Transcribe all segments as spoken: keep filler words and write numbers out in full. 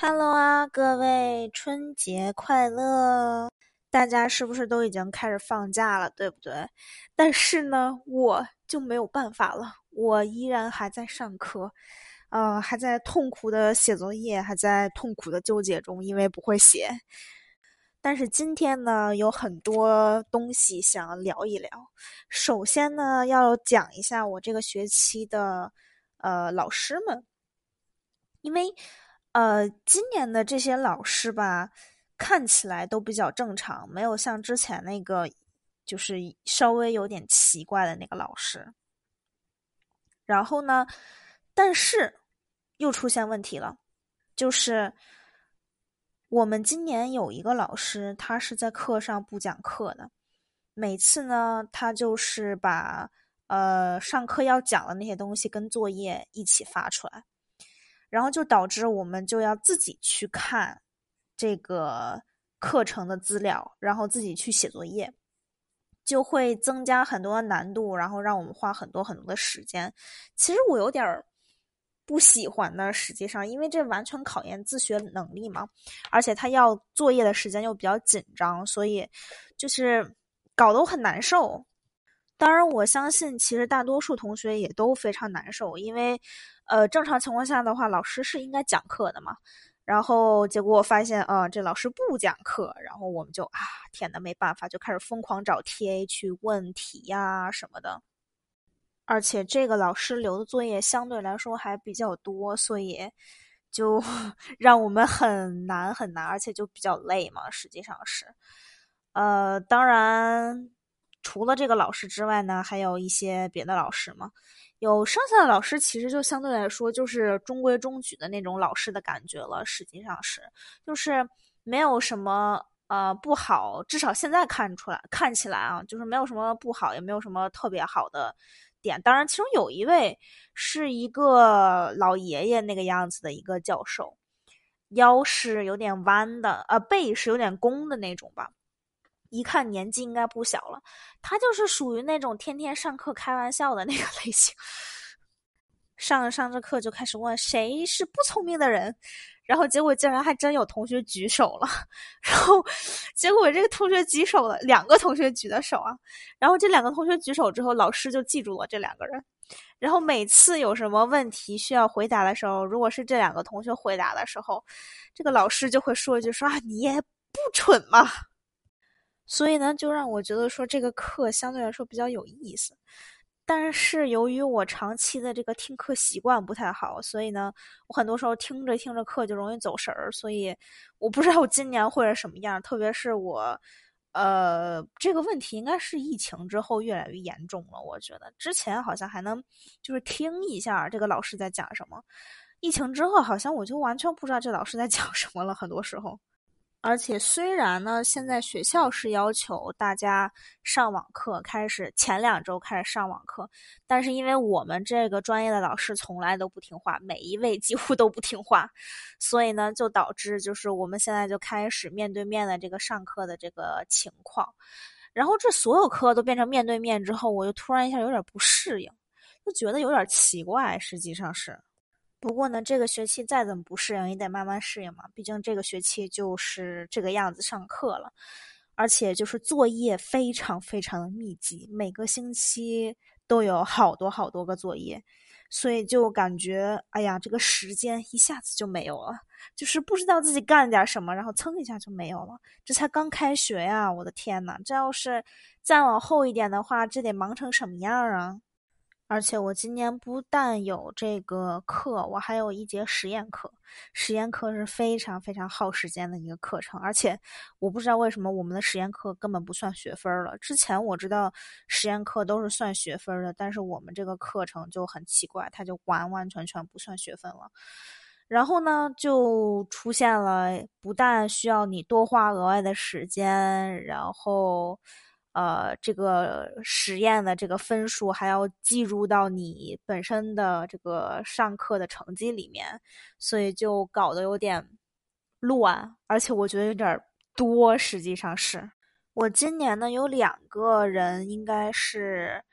Hello 啊，各位，春节快乐！大家是不是都已经开始放假了，对不对？但是呢，我就没有办法了，我依然还在上课，呃，还在痛苦的写作业，还在痛苦的纠结中，因为不会写。但是今天呢，有很多东西想聊一聊。首先呢，要讲一下我这个学期的呃老师们。因为呃，今年的这些老师吧，看起来都比较正常，没有像之前那个就是稍微有点奇怪的那个老师。然后呢，但是又出现问题了，就是我们今年有一个老师，他是在课上不讲课的，每次呢，他就是把呃上课要讲的那些东西跟作业一起发出来。然后就导致我们就要自己去看这个课程的资料，然后自己去写作业，就会增加很多的难度，然后让我们花很多很多的时间。其实我有点不喜欢的，实际上，因为这完全考验自学能力嘛，而且他要作业的时间又比较紧张，所以就是搞得我很难受。当然，我相信其实大多数同学也都非常难受，因为，呃，正常情况下的话，老师是应该讲课的嘛。然后结果我发现，啊、呃，这老师不讲课，然后我们就啊，天呐，没办法，就开始疯狂找 T A 去问题呀什么的。而且这个老师留的作业相对来说还比较多，所以就让我们很难很难，而且就比较累嘛，实际上是。呃，当然，除了这个老师之外呢，还有一些别的老师嘛。有剩下的老师，其实就相对来说就是中规中矩的那种老师的感觉了。实际上是，就是没有什么呃不好，至少现在看出来看起来啊，就是没有什么不好，也没有什么特别好的点。当然，其中有一位是一个老爷爷那个样子的一个教授，腰是有点弯的，呃，背是有点弓的那种吧。一看年纪应该不小了，他就是属于那种天天上课开玩笑的那个类型。上着上着课就开始问谁是不聪明的人，然后结果竟然还真有同学举手了，然后结果这个同学举手了，两个同学举的手啊，然后这两个同学举手之后，老师就记住了这两个人，然后每次有什么问题需要回答的时候，如果是这两个同学回答的时候，这个老师就会说一句说啊，你也不蠢嘛。所以呢，就让我觉得说这个课相对来说比较有意思。但是由于我长期的这个听课习惯不太好，所以呢，我很多时候听着听着课就容易走神儿。所以我不知道我今年会是什么样，特别是我，呃，这个问题应该是疫情之后越来越严重了。我觉得之前好像还能就是听一下这个老师在讲什么，疫情之后好像我就完全不知道这老师在讲什么了，很多时候。而且虽然呢，现在学校是要求大家上网课，开始前两周开始上网课，但是因为我们这个专业的老师从来都不听话，每一位几乎都不听话，所以呢，就导致就是我们现在就开始面对面的这个上课的这个情况。然后这所有课都变成面对面之后，我就突然一下有点不适应，就觉得有点奇怪，实际上是。不过呢，这个学期再怎么不适应，也得慢慢适应嘛。毕竟这个学期就是这个样子上课了，而且就是作业非常非常的密集，每个星期都有好多好多个作业，所以就感觉哎呀，这个时间一下子就没有了，就是不知道自己干点什么，然后蹭一下就没有了。这才刚开学呀，我的天呐，这要是再往后一点的话，这得忙成什么样啊？而且我今年不但有这个课，我还有一节实验课。实验课是非常非常耗时间的一个课程，而且我不知道为什么我们的实验课根本不算学分了。之前我知道实验课都是算学分的，但是我们这个课程就很奇怪，它就完完全全不算学分了。然后呢，就出现了不但需要你多花额外的时间，然后。呃，这个实验的这个分数还要计入到你本身的这个上课的成绩里面，所以就搞得有点乱，而且我觉得有点多。实际上是我今年呢有两个人应该是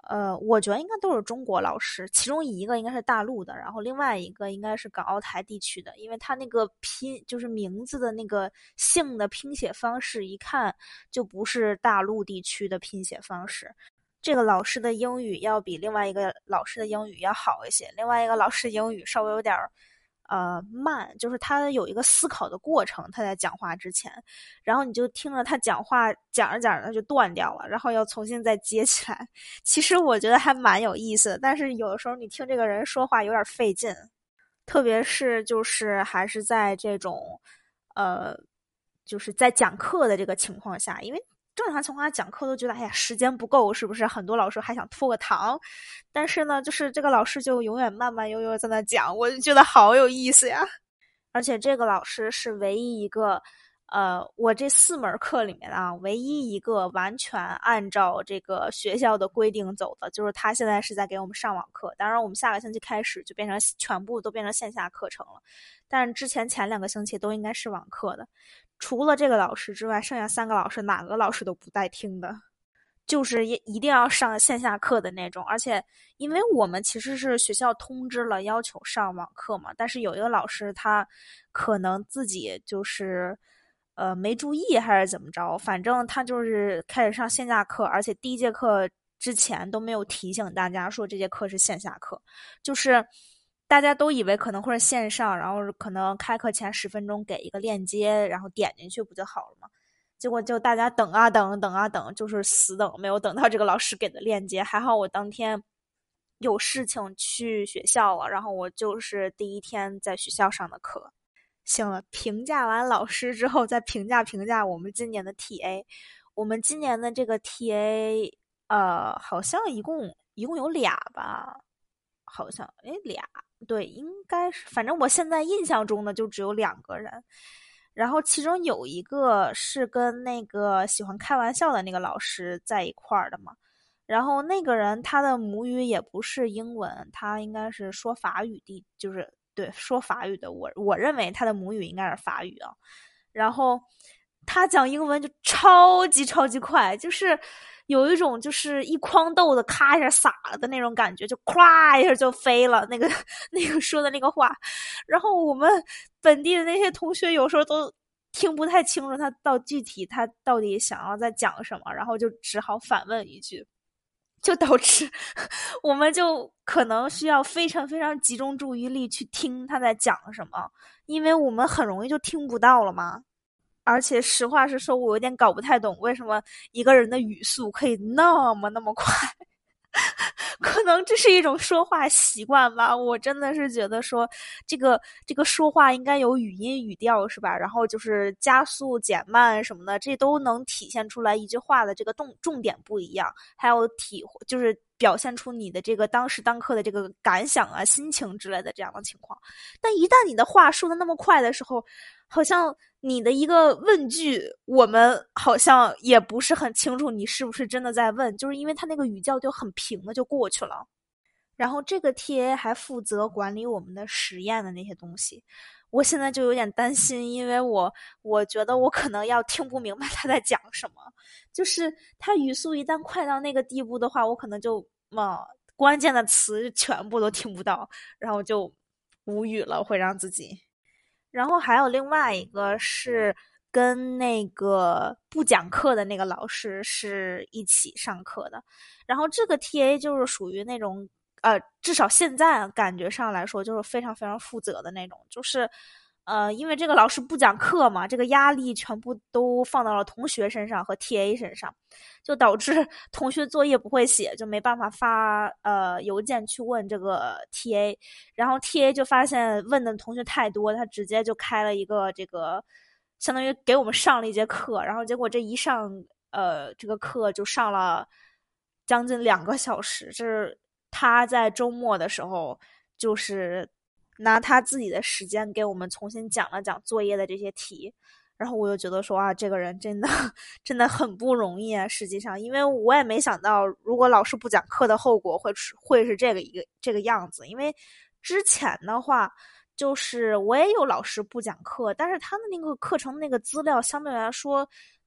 呃，我觉得应该都是中国老师，其中一个应该是大陆的，然后另外一个应该是港澳台地区的，因为他那个拼就是名字的那个姓的拼写方式，一看就不是大陆地区的拼写方式。这个老师的英语要比另外一个老师的英语要好一些，另外一个老师英语稍微有点呃慢，就是他有一个思考的过程，他在讲话之前，然后你就听着他讲话讲着讲着他就断掉了，然后要重新再接起来。其实我觉得还蛮有意思的，但是有的时候你听这个人说话有点费劲，特别是就是还是在这种呃就是在讲课的这个情况下，因为正常情况下讲课都觉得哎呀时间不够，是不是很多老师还想拖个堂，但是呢就是这个老师就永远慢慢悠悠在那讲，我就觉得好有意思呀。而且这个老师是唯一一个呃我这四门课里面啊唯一一个完全按照这个学校的规定走的，就是他现在是在给我们上网课，当然我们下个星期开始就变成全部都变成线下课程了，但是之前前两个星期都应该是网课的。除了这个老师之外，剩下三个老师哪个老师都不带听的，就是一定要上线下课的那种。而且因为我们其实是学校通知了要求上网课嘛，但是有一个老师他可能自己就是呃没注意还是怎么着，反正他就是开始上线下课，而且第一节课之前都没有提醒大家说这节课是线下课，就是大家都以为可能会是线上，然后可能开课前十分钟给一个链接，然后点进去不就好了吗？结果就大家等啊等等啊等，就是死等没有等到这个老师给的链接。还好我当天有事情去学校了，然后我就是第一天在学校上的课。行了，评价完老师之后，再评价评价我们今年的 T A。我们今年的这个 T A，呃，好像一共一共有俩吧，好像诶俩，对，应该是，反正我现在印象中的就只有两个人。然后其中有一个是跟那个喜欢开玩笑的那个老师在一块儿的嘛，然后那个人他的母语也不是英文，他应该是说法语的，就是对说法语的，我我认为他的母语应该是法语啊。然后他讲英文就超级超级快，就是有一种就是一筐豆子咔一下撒了的那种感觉，就咵一下就飞了那个那个说的那个话。然后我们本地的那些同学有时候都听不太清楚他到具体他到底想要在讲什么，然后就只好反问一句，就导致我们就可能需要非常非常集中注意力去听他在讲什么，因为我们很容易就听不到了嘛。而且实话实说，我有点搞不太懂为什么一个人的语速可以那么那么快。可能这是一种说话习惯吧，我真的是觉得说这个这个说话应该有语音语调是吧，然后就是加速减慢什么的，这都能体现出来一句话的这个重重点不一样，还有体就是表现出你的这个当时当刻的这个感想啊心情之类的这样的情况。但一旦你的话说的那么快的时候，好像你的一个问句我们好像也不是很清楚你是不是真的在问，就是因为他那个语调就很平的就过去了。然后这个 T A 还负责管理我们的实验的那些东西，我现在就有点担心，因为我我觉得我可能要听不明白他在讲什么，就是他语速一旦快到那个地步的话，我可能就呃关键的词全部都听不到，然后就无语了，会让自己。然后还有另外一个是跟那个不讲课的那个老师是一起上课的，然后这个 T A 就是属于那种呃，至少现在感觉上来说就是非常非常负责的那种，就是呃，因为这个老师不讲课嘛，这个压力全部都放到了同学身上和 T A 身上，就导致同学作业不会写，就没办法发呃邮件去问这个 T A， 然后 T A 就发现问的同学太多，他直接就开了一个这个相当于给我们上了一节课，然后结果这一上呃这个课就上了将近两个小时，这是他在周末的时候就是拿他自己的时间给我们重新讲了讲作业的这些题，然后我就觉得说啊，这个人真的真的很不容易啊。实际上，因为我也没想到，如果老师不讲课的后果会是会是这个一个这个样子。因为之前的话，就是我也有老师不讲课，但是他的那个课程那个资料相对来说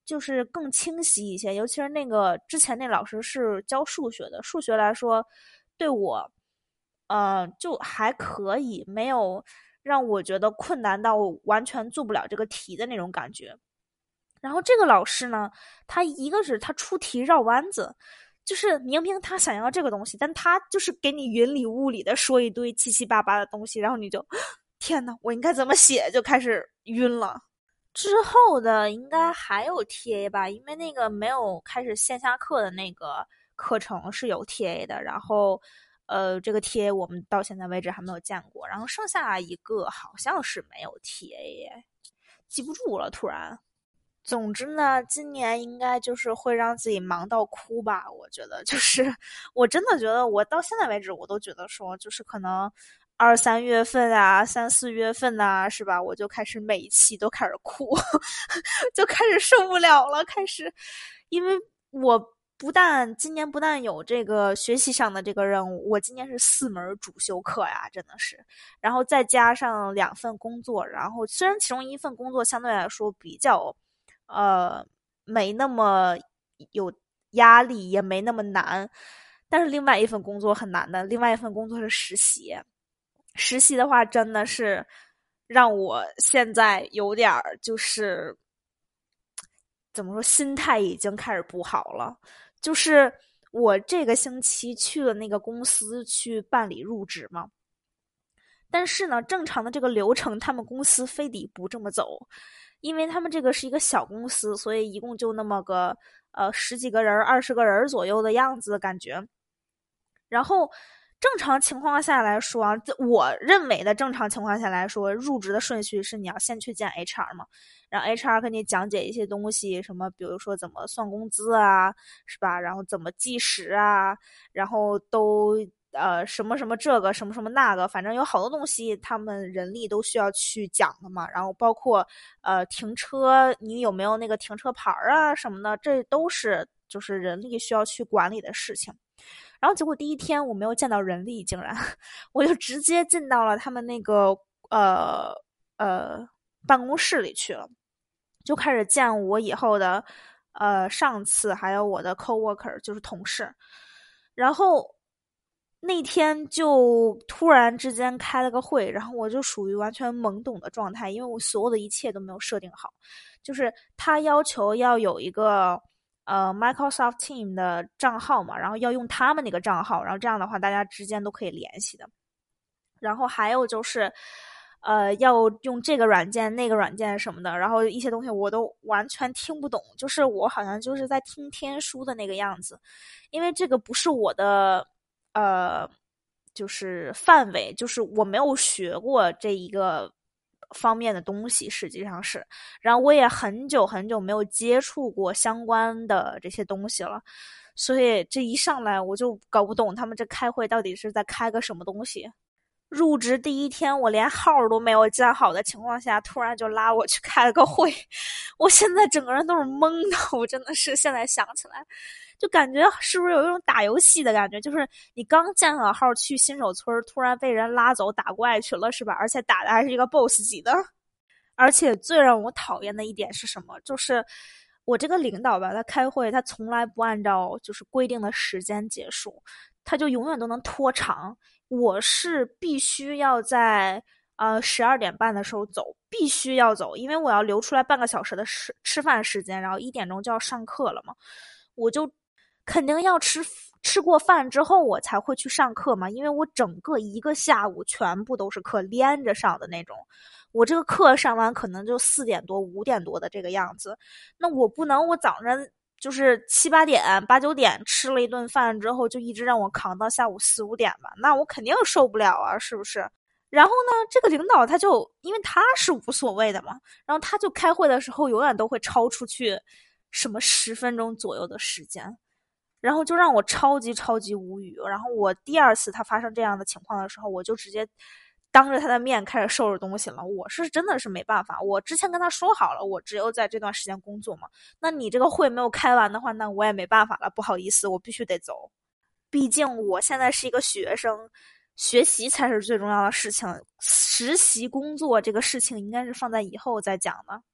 就是更清晰一些。尤其是那个之前那老师是教数学的，数学来说对我呃就还可以，没有让我觉得困难到完全做不了这个题的那种感觉。然后这个老师呢，他一个是他出题绕弯子，就是明明他想要这个东西，但他就是给你云里雾里的说一堆七七八八的东西，然后你就天哪，我应该怎么写，就开始晕了。之后的应该还有 T A 吧，因为那个没有开始线下课的那个课程是有 T A 的，然后呃，这个 T A 我们到现在为止还没有见过，然后剩下一个好像是没有 T A， 记不住了，突然。总之呢，今年应该就是会让自己忙到哭吧。我觉得，就是我真的觉得，我到现在为止，我都觉得说，就是可能二三月份啊，三四月份啊，是吧？我就开始每一期都开始哭，就开始受不了了，开始，因为我不但今年不但有这个学习上的这个任务，我今年是四门主修课呀，真的是，然后再加上两份工作，然后虽然其中一份工作相对来说比较。呃，没那么有压力，也没那么难。但是另外一份工作很难的，另外一份工作是实习。实习的话，真的是让我现在有点儿就是怎么说，心态已经开始不好了。就是我这个星期去了那个公司去办理入职嘛，但是呢，正常的这个流程，他们公司非得不这么走。因为他们这个是一个小公司，所以一共就那么个呃十几个人、二十个人左右的样子的感觉。然后正常情况下来说啊，我认为的正常情况下来说，入职的顺序是你要先去见 H R 嘛，然后 H R 跟你讲解一些东西，什么比如说怎么算工资啊，是吧？然后怎么计时啊，然后都。呃，什么什么这个，什么什么那个，反正有好多东西，他们人力都需要去讲的嘛。然后包括呃停车，你有没有那个停车牌啊什么的，这都是就是人力需要去管理的事情。然后结果第一天我没有见到人力，竟然我就直接进到了他们那个呃呃办公室里去了，就开始见我以后的呃上司还有我的 coworker， 就是同事，然后。那天就突然之间开了个会，然后我就属于完全懵懂的状态，因为我所有的一切都没有设定好。就是他要求要有一个呃 Microsoft Team 的账号嘛，然后要用他们那个账号，然后这样的话大家之间都可以联系的。然后还有就是呃要用这个软件那个软件什么的，然后一些东西我都完全听不懂，就是我好像就是在听天书的那个样子，因为这个不是我的。呃，就是范围，就是我没有学过这一个方面的东西，实际上是，然后我也很久很久没有接触过相关的这些东西了，所以这一上来我就搞不懂他们这开会到底是在开个什么东西。入职第一天，我连号都没有建好的情况下，突然就拉我去开了个会，我现在整个人都是懵的，我真的是现在想起来，就感觉是不是有一种打游戏的感觉，就是你刚建好号去新手村，突然被人拉走打怪去了，是吧？而且打的还是一个 boss 级的。而且最让我讨厌的一点是什么？就是我这个领导吧，他开会他从来不按照就是规定的时间结束，他就永远都能拖长。我是必须要在呃十二点半的时候走，必须要走，因为我要留出来半个小时的吃吃饭时间，然后一点钟就要上课了嘛，我就肯定要吃吃过饭之后我才会去上课嘛，因为我整个一个下午全部都是课连着上的那种，我这个课上完可能就四点多五点多的这个样子，那我不能我早上就是七八点八九点吃了一顿饭之后就一直让我扛到下午四五点吧，那我肯定受不了啊，是不是？然后呢，这个领导他就因为他是无所谓的嘛，然后他就开会的时候永远都会超出去什么十分钟左右的时间，然后就让我超级超级无语。然后我第二次他发生这样的情况的时候，我就直接当着他的面开始收拾东西了。我是真的是没办法，我之前跟他说好了，我只有在这段时间工作嘛，那你这个会没有开完的话，那我也没办法了，不好意思，我必须得走。毕竟我现在是一个学生，学习才是最重要的事情，实习工作这个事情应该是放在以后再讲的。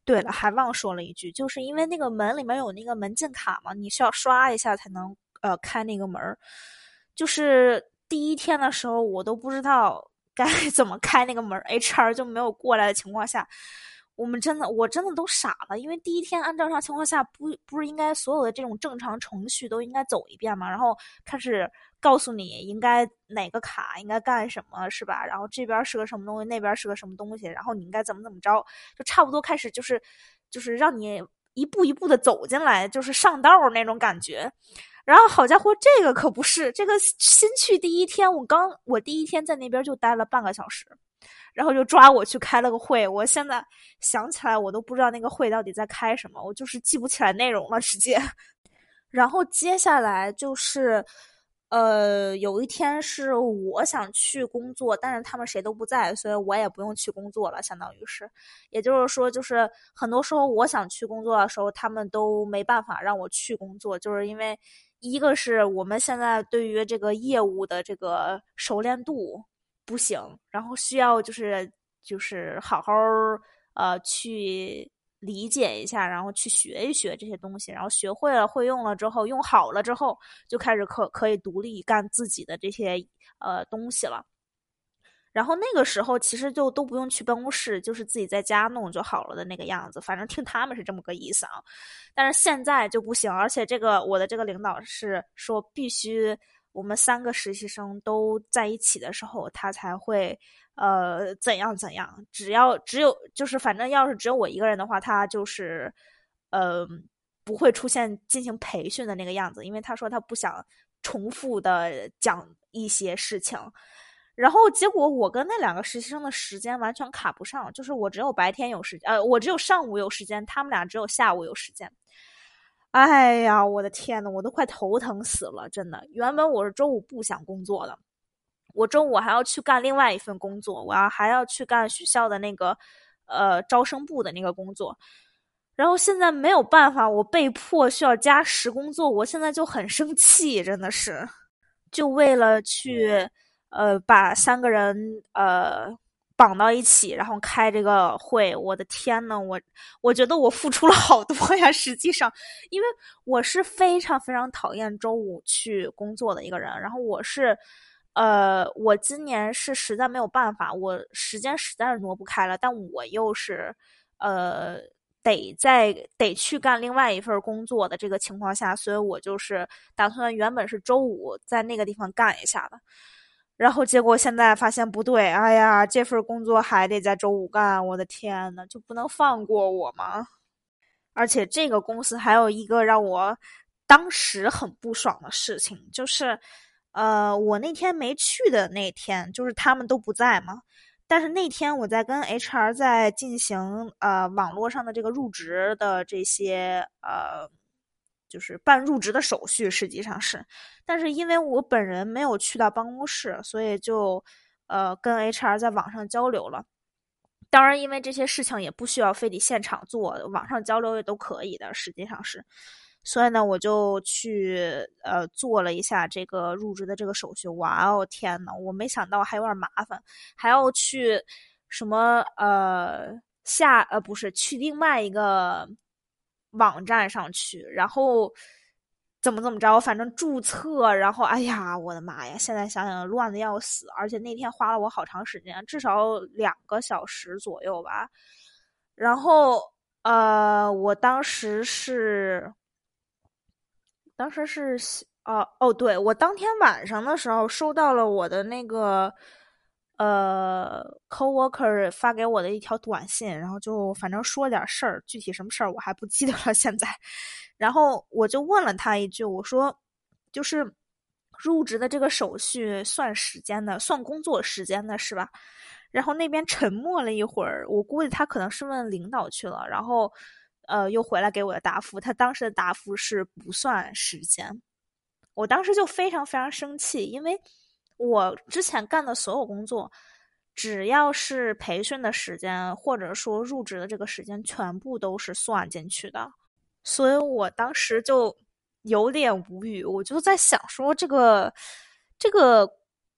对了，还忘说了一句，就是因为那个门里面有那个门禁卡嘛，你需要刷一下才能呃开那个门儿。就是第一天的时候，我都不知道该怎么开那个门 h R 就没有过来的情况下，我们真的我真的都傻了，因为第一天按正常情况下不不是应该所有的这种正常程序都应该走一遍吗？然后开始告诉你应该哪个卡应该干什么，是吧？然后这边是个什么东西，那边是个什么东西，然后你应该怎么怎么着，就差不多开始就是就是让你一步一步的走进来，就是上道那种感觉。然后好家伙，这个可不是，这个新去第一天，我刚我第一天在那边就待了半个小时，然后就抓我去开了个会。我现在想起来，我都不知道那个会到底在开什么，我就是记不起来内容了，直接。然后接下来就是，呃，有一天是我想去工作，但是他们谁都不在，所以我也不用去工作了，相当于是，也就是说，就是很多时候我想去工作的时候，他们都没办法让我去工作，就是因为一个是我们现在对于这个业务的这个熟练度不行，然后需要就是就是好好呃去理解一下，然后去学一学这些东西，然后学会了会用了之后，用好了之后，就开始可可以独立干自己的这些呃东西了。然后那个时候其实就都不用去办公室，就是自己在家弄就好了的那个样子。反正听他们是这么个意思啊，但是现在就不行，而且这个我的这个领导是说必须我们三个实习生都在一起的时候，他才会呃怎样怎样。只要只有就是反正要是只有我一个人的话，他就是呃不会出现进行培训的那个样子，因为他说他不想重复的讲一些事情。然后结果我跟那两个实习生的时间完全卡不上，就是我只有白天有时间，呃，我只有上午有时间，他们俩只有下午有时间。哎呀，我的天呐，我都快头疼死了，真的。原本我是周五不想工作的，我周五还要去干另外一份工作，我要还要去干学校的那个呃招生部的那个工作。然后现在没有办法，我被迫需要加时工作，我现在就很生气，真的是。就为了去呃把三个人呃绑到一起，然后开这个会，我的天呐，我我觉得我付出了好多呀。实际上，因为我是非常非常讨厌周五去工作的一个人，然后我是呃我今年是实在没有办法，我时间实在是挪不开了，但我又是呃。得在得去干另外一份工作的这个情况下，所以我就是打算原本是周五在那个地方干一下的，然后结果现在发现不对，哎呀，这份工作还得在周五干，我的天呐，就不能放过我吗？而且这个公司还有一个让我当时很不爽的事情，就是呃，我那天没去的那天，就是他们都不在嘛。但是那天我在跟 H R 在进行呃网络上的这个入职的这些呃，就是办入职的手续，实际上是，但是因为我本人没有去到办公室，所以就呃跟 H R 在网上交流了。当然，因为这些事情也不需要非得现场做，网上交流也都可以的，实际上是。所以呢，我就去呃做了一下这个入职的这个手续。哇哦，天呐，我没想到还有点麻烦，还要去什么呃下呃不是去另外一个网站上去，然后怎么怎么着，反正注册，然后哎呀，我的妈呀！现在想想乱的要死，而且那天花了我好长时间，至少两个小时左右吧。然后呃，我当时是。当时是哦哦，对，我当天晚上的时候收到了我的那个呃 coworker 发给我的一条短信，然后就反正说点事儿，具体什么事儿我还不记得了现在。然后我就问了他一句，我说就是入职的这个手续算时间的，算工作时间的是吧？然后那边沉默了一会儿，我估计他可能是问领导去了，然后呃又回来给我的答复，他当时的答复是不算时间。我当时就非常非常生气，因为我之前干的所有工作，只要是培训的时间或者说入职的这个时间，全部都是算进去的，所以我当时就有点无语，我就在想说这个这个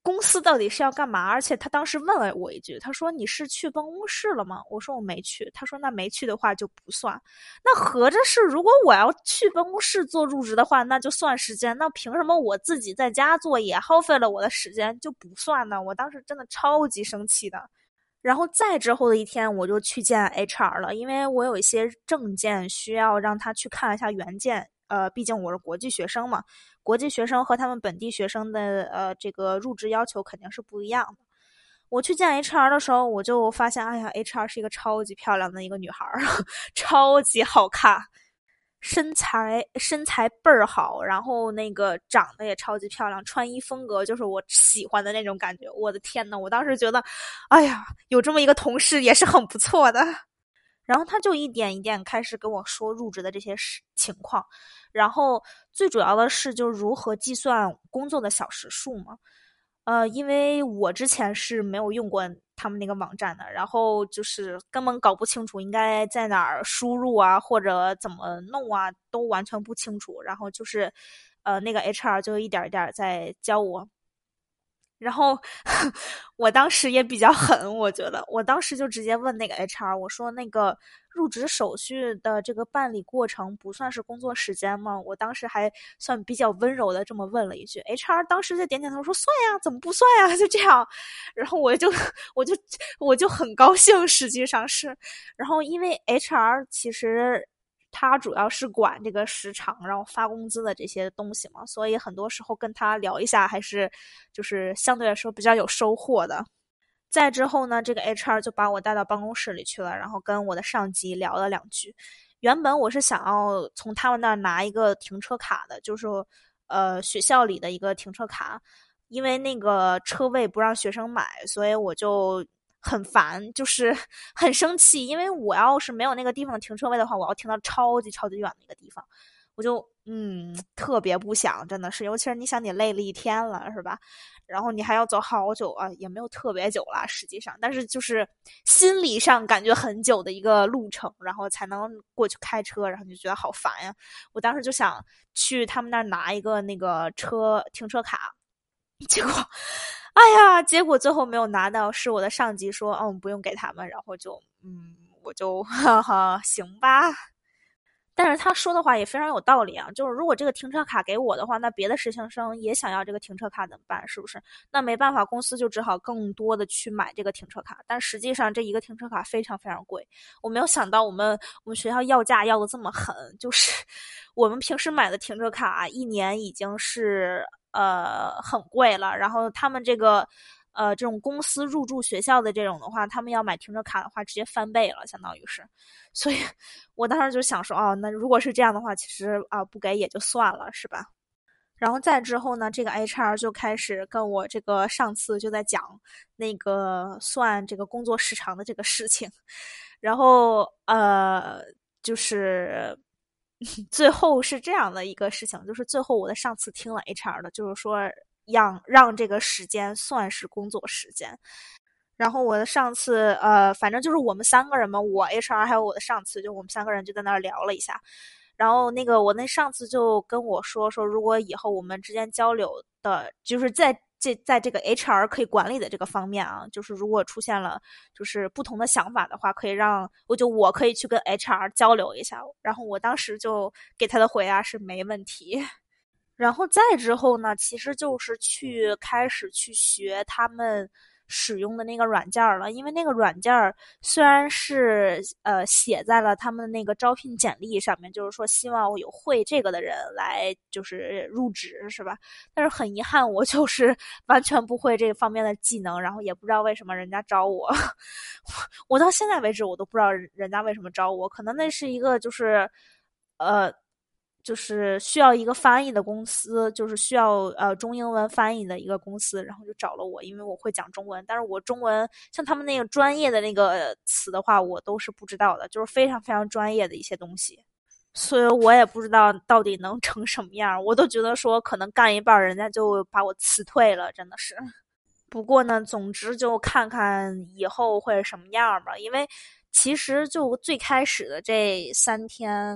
公司到底是要干嘛？而且他当时问了我一句，他说你是去办公室了吗？我说我没去。他说那没去的话就不算。那合着是如果我要去办公室做入职的话，那就算时间，那凭什么我自己在家做也耗费了我的时间就不算呢？我当时真的超级生气的。然后再之后的一天，我就去见 H R 了，因为我有一些证件需要让他去看一下原件。呃，毕竟我是国际学生嘛，国际学生和他们本地学生的呃这个入职要求肯定是不一样的。我去见 H R 的时候，我就发现，哎呀 ，H R 是一个超级漂亮的一个女孩，超级好看。身材身材倍儿好，然后那个长得也超级漂亮，穿衣风格就是我喜欢的那种感觉。我的天呐，我当时觉得，哎呀，有这么一个同事也是很不错的。然后他就一点一点开始跟我说入职的这些情况，然后最主要的是就是如何计算工作的小时数嘛。呃，因为我之前是没有用过他们那个网站的，然后就是根本搞不清楚应该在哪儿输入啊，或者怎么弄啊，都完全不清楚。然后就是，呃，那个 H R 就一点一点在教我。然后我当时也比较狠，我觉得我当时就直接问那个 H R， 我说那个入职手续的这个办理过程不算是工作时间吗？我当时还算比较温柔的这么问了一句。 H R 当时就点点头说算呀，怎么不算呀，就这样。然后我就我就我就很高兴，实际上是。然后因为 H R 其实他主要是管这个时长然后发工资的这些东西嘛，所以很多时候跟他聊一下还是就是相对来说比较有收获的。再之后呢，这个 H R 就把我带到办公室里去了，然后跟我的上级聊了两句。原本我是想要从他们那儿拿一个停车卡的，就是呃学校里的一个停车卡，因为那个车位不让学生买，所以我就很烦，就是很生气。因为我要是没有那个地方停车位的话，我要停到超级超级远的一个地方，我就嗯特别不想，真的是，尤其是你想你累了一天了，是吧？然后你还要走好久啊，也没有特别久啦，实际上，但是就是心理上感觉很久的一个路程，然后才能过去开车，然后就觉得好烦呀。我当时就想去他们那儿拿一个那个车停车卡，结果，哎呀，结果最后没有拿到，是我的上级说，嗯，不用给他们，然后就嗯，我就哈哈，行吧。但是他说的话也非常有道理啊，就是如果这个停车卡给我的话，那别的实习生也想要这个停车卡怎么办？是不是？那没办法，公司就只好更多的去买这个停车卡。但实际上这一个停车卡非常非常贵，我没有想到我们我们学校要价要的这么狠，就是我们平时买的停车卡一年已经是呃很贵了，然后他们这个。呃，这种公司入驻学校的这种的话，他们要买停车卡的话，直接翻倍了，相当于是。所以我当时就想说，哦，那如果是这样的话，其实啊、呃、不给也就算了，是吧？然后再之后呢，这个 H R 就开始跟我这个上次就在讲那个算这个工作时长的这个事情，然后呃，就是最后是这样的一个事情，就是最后我的上次听了 H R 的，就是说让让这个时间算是工作时间。然后我的上次，呃，反正就是我们三个人嘛，我 H R 还有我的上次，就我们三个人就在那儿聊了一下。然后那个我那上次就跟我说说，如果以后我们之间交流的，就是在这在这个 H R 可以管理的这个方面啊，就是如果出现了就是不同的想法的话，可以让我就我可以去跟 H R 交流一下。然后我当时就给他的回答是没问题。然后再之后呢，其实就是去开始去学他们使用的那个软件了，因为那个软件虽然是呃写在了他们的那个招聘简历上面，就是说希望有会这个的人来就是入职，是吧？但是很遗憾，我就是完全不会这个方面的技能，然后也不知道为什么人家招我，我到现在为止我都不知道人家为什么招我，可能那是一个就是呃。就是需要一个翻译的公司，就是需要呃中英文翻译的一个公司，然后就找了我，因为我会讲中文，但是我中文像他们那个专业的那个词的话，我都是不知道的，就是非常非常专业的一些东西，所以我也不知道到底能成什么样，我都觉得说可能干一半人家就把我辞退了，真的是。不过呢，总之就看看以后会什么样吧，因为其实就最开始的这三天。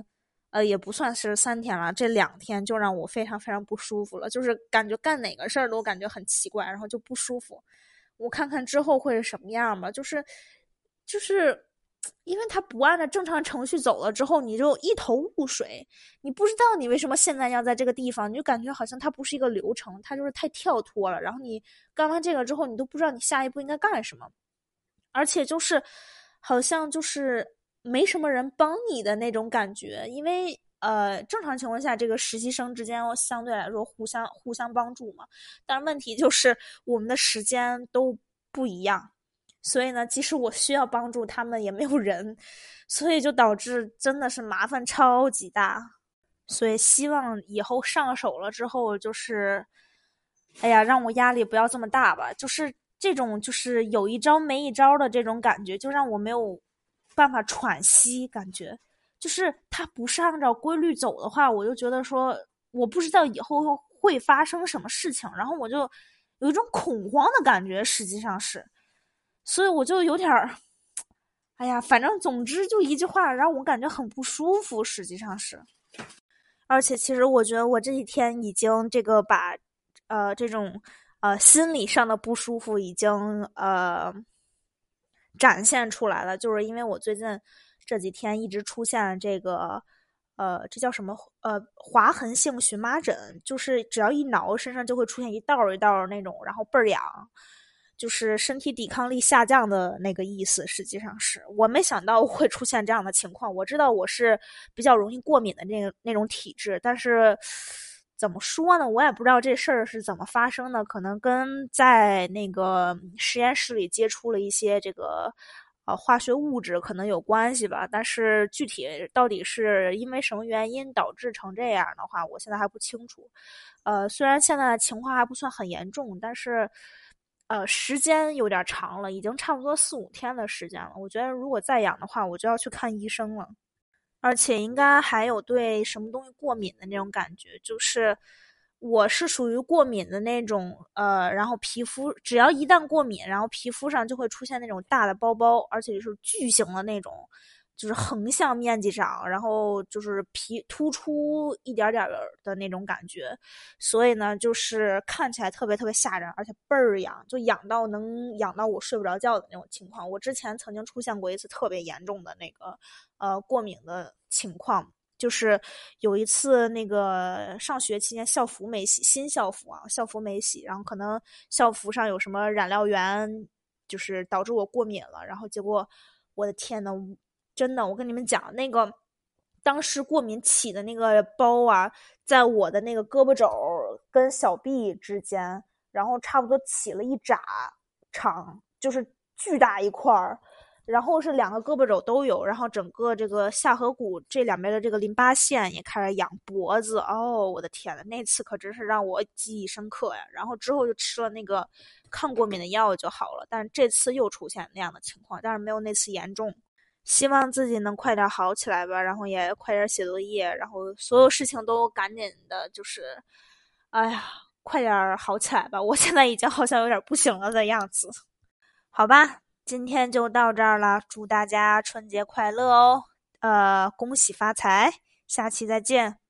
呃，也不算是三天了，这两天就让我非常非常不舒服了，就是感觉干哪个事儿都感觉很奇怪，然后就不舒服。我看看之后会是什么样吧，就是就是因为它不按照正常程序走了之后，你就一头雾水，你不知道你为什么现在要在这个地方，你就感觉好像它不是一个流程，它就是太跳脱了。然后你干完这个之后，你都不知道你下一步应该干什么，而且就是好像就是没什么人帮你的那种感觉，因为呃，正常情况下，这个实习生之间相对来说互相互相帮助嘛。但是问题就是我们的时间都不一样，所以呢，即使我需要帮助他们，也没有人，所以就导致真的是麻烦超级大。所以希望以后上手了之后，就是哎呀，让我压力不要这么大吧。就是这种就是有一招没一招的这种感觉，就让我没有办法喘息。感觉就是它不是按照规律走的话，我就觉得说我不知道以后会发生什么事情，然后我就有一种恐慌的感觉，实际上是，所以我就有点儿，哎呀，反正总之就一句话，让我感觉很不舒服，实际上是。而且其实我觉得我这几天已经这个把，呃，这种呃心理上的不舒服已经呃展现出来了，就是因为我最近这几天一直出现这个呃这叫什么呃划痕性荨麻疹，就是只要一挠身上就会出现一道一道那种，然后倍儿痒。就是身体抵抗力下降的那个意思，实际上是我没想到会出现这样的情况。我知道我是比较容易过敏的那个那种体质，但是怎么说呢，我也不知道这事儿是怎么发生的，可能跟在那个实验室里接触了一些这个呃化学物质可能有关系吧。但是具体到底是因为什么原因导致成这样的话，我现在还不清楚。呃，虽然现在的情况还不算很严重，但是。呃，时间有点长了，已经差不多四五天的时间了。我觉得如果再痒的话，我就要去看医生了。而且应该还有对什么东西过敏的那种感觉，就是我是属于过敏的那种，呃，然后皮肤只要一旦过敏，然后皮肤上就会出现那种大的包包，而且是巨型的那种，就是横向面积长，然后就是皮突出一点点的那种感觉。所以呢，就是看起来特别特别吓人，而且倍儿痒，就痒到能痒到我睡不着觉的那种情况。我之前曾经出现过一次特别严重的那个呃过敏的情况，就是有一次那个上学期间校服没洗，新校服啊，校服没洗，然后可能校服上有什么染料源，就是导致我过敏了，然后结果我的天呐，真的，我跟你们讲那个。当时过敏起的那个包啊，在我的那个胳膊肘跟小臂之间，然后差不多起了一拃长，就是巨大一块儿，然后是两个胳膊肘都有，然后整个这个下颌骨这两边的这个淋巴腺也开始痒，脖子，哦，我的天呐，那次可真是让我记忆深刻呀。然后之后就吃了那个抗过敏的药就好了，但是这次又出现那样的情况，但是没有那次严重。希望自己能快点好起来吧，然后也快点写作业，然后所有事情都赶紧的，就是，哎呀，快点好起来吧！我现在已经好像有点不行了的样子。好吧，今天就到这儿了，祝大家春节快乐哦！呃，恭喜发财，下期再见。